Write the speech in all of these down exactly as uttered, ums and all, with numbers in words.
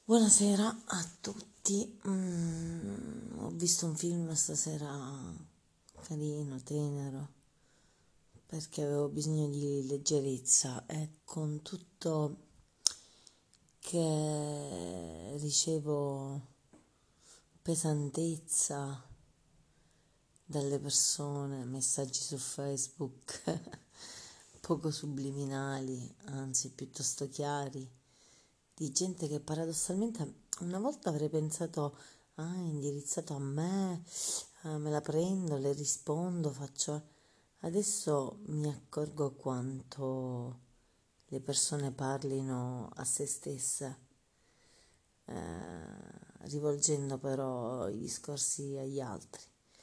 Buonasera a tutti. Mm, ho visto un film stasera carino, tenero, perché avevo bisogno di leggerezza e con tutto che ricevo pesantezza dalle persone, messaggi su Facebook poco subliminali, anzi piuttosto chiari, di gente che paradossalmente una volta avrei pensato, ah, è indirizzato a me, eh, me la prendo, le rispondo, faccio... Adesso mi accorgo quanto le persone parlino a se stesse, eh, rivolgendo però i discorsi agli altri.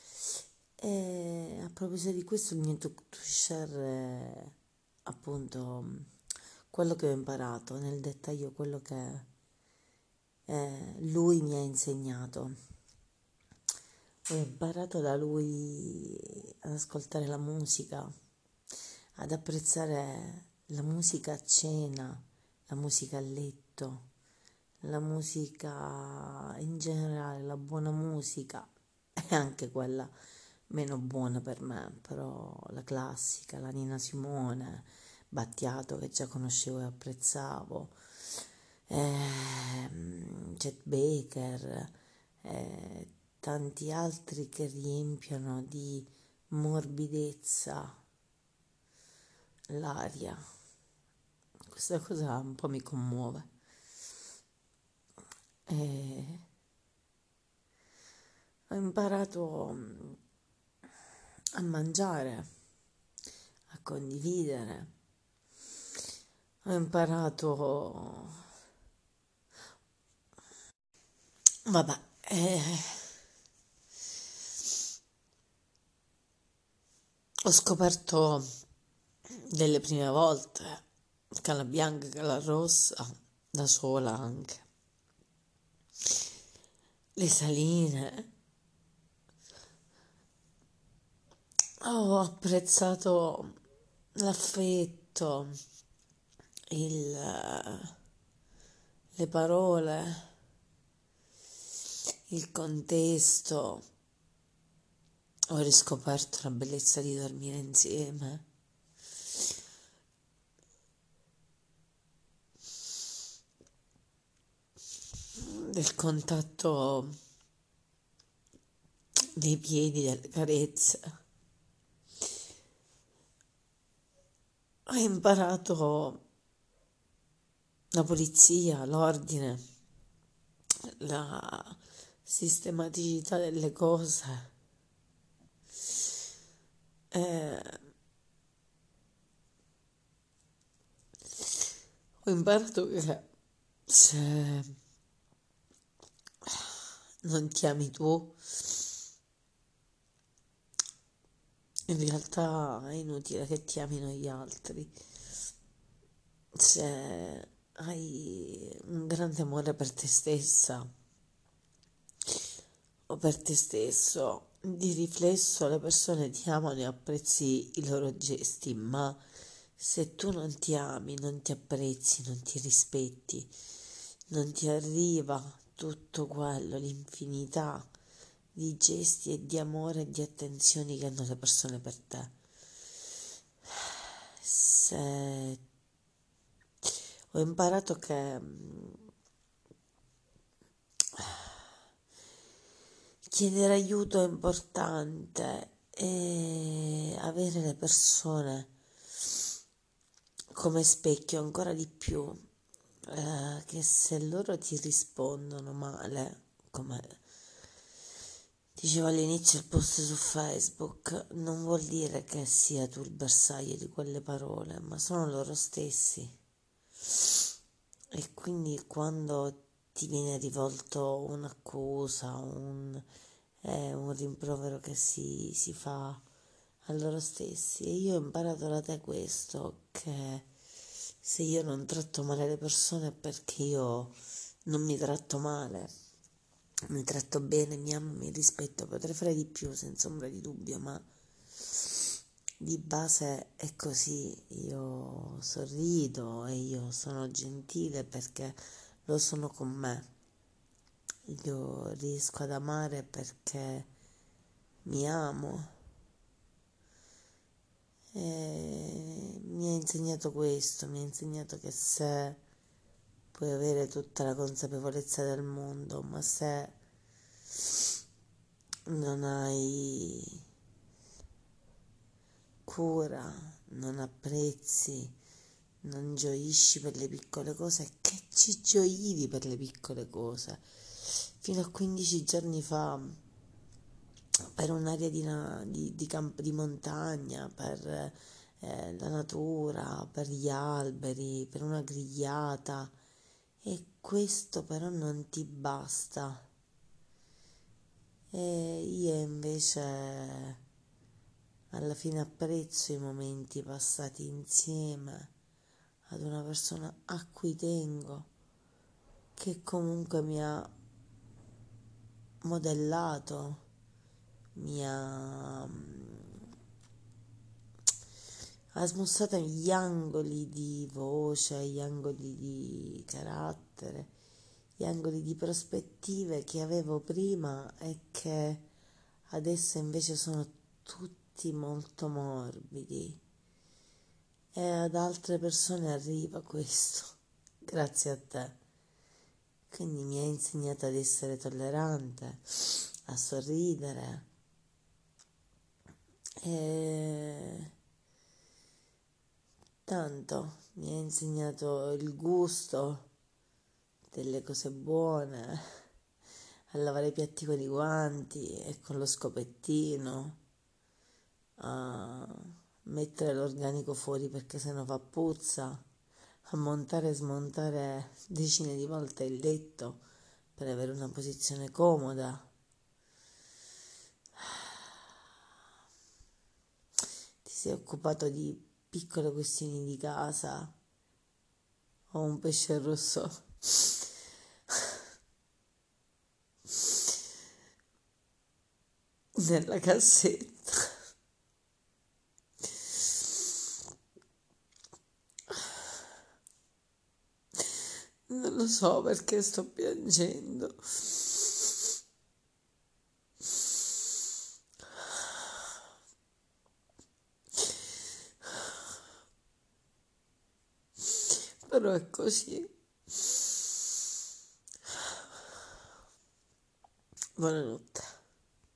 E a proposito di questo, il mio talk to share è appunto quello che ho imparato, nel dettaglio quello che eh, lui mi ha insegnato. Ho imparato da lui ad ascoltare la musica, ad apprezzare la musica a cena, la musica a letto, la musica in generale, la buona musica e anche quella meno buona per me, però la classica, la Nina Simone, Battiato che già conoscevo e apprezzavo, ehm, Chet Baker, e tanti altri che riempiono di morbidezza l'aria. Questa cosa un po' mi commuove. E ho imparato a mangiare, a condividere. Ho imparato, vabbè, eh, ho scoperto delle prime volte canna bianca, canna rossa, da sola anche. Le saline. Ho apprezzato l'affetto, il, le parole, il contesto. Ho riscoperto la bellezza di dormire insieme. Del contatto dei piedi, delle carezze. Ho imparato la pulizia, l'ordine, la sistematicità delle cose. Eh, ho imparato che se non ti ami tu, in realtà è inutile che ti amino gli altri. Se hai un grande amore per te stessa o per te stesso, di riflesso le persone ti amano e apprezzi i loro gesti, ma se tu non ti ami, non ti apprezzi, non ti rispetti, non ti arriva tutto quello, l'infinità di gesti e di amore e di attenzioni che hanno le persone per te. Se ho imparato che chiedere aiuto è importante e avere le persone come specchio ancora di più, eh, che se loro ti rispondono male, come dicevo all'inizio il post su Facebook, non vuol dire che sia tu il bersaglio di quelle parole, ma sono loro stessi. E quindi quando ti viene rivolto un'accusa, un, eh, un rimprovero che si, si fa a loro stessi, e io ho imparato da te questo, che se io non tratto male le persone è perché io non mi tratto male, mi tratto bene, mi amo, mi rispetto, potrei fare di più senza ombra di dubbio, ma di base è così. Io sorrido e io sono gentile perché lo sono con me. Io riesco ad amare perché mi amo e mi ha insegnato questo, mi ha insegnato che se puoi avere tutta la consapevolezza del mondo, ma se non hai cura, non apprezzi, non gioisci per le piccole cose, che ci gioivi per le piccole cose. Fino a quindici giorni fa, per un'area di, na- di, di camp- di montagna, per eh, la natura, per gli alberi, per una grigliata, e questo però non ti basta. E io invece alla fine apprezzo i momenti passati insieme ad una persona a cui tengo, che comunque mi ha modellato, mi ha, ha smussato gli angoli di voce, gli angoli di carattere, gli angoli di prospettive che avevo prima e che adesso invece sono tutti molto morbidi. E ad altre persone arriva questo, grazie a te. Quindi mi ha insegnato ad essere tollerante, a sorridere e tanto mi ha insegnato il gusto delle cose buone, a lavare i piatti con i guanti e con lo scopettino, a mettere l'organico fuori perché sennò fa puzza, a montare e smontare decine di volte il letto per avere una posizione comoda. Ti sei occupato di piccole questioni di casa. Ho un pesce rosso nella cassetta. Non lo so perché sto piangendo. Però è così. Buonanotte.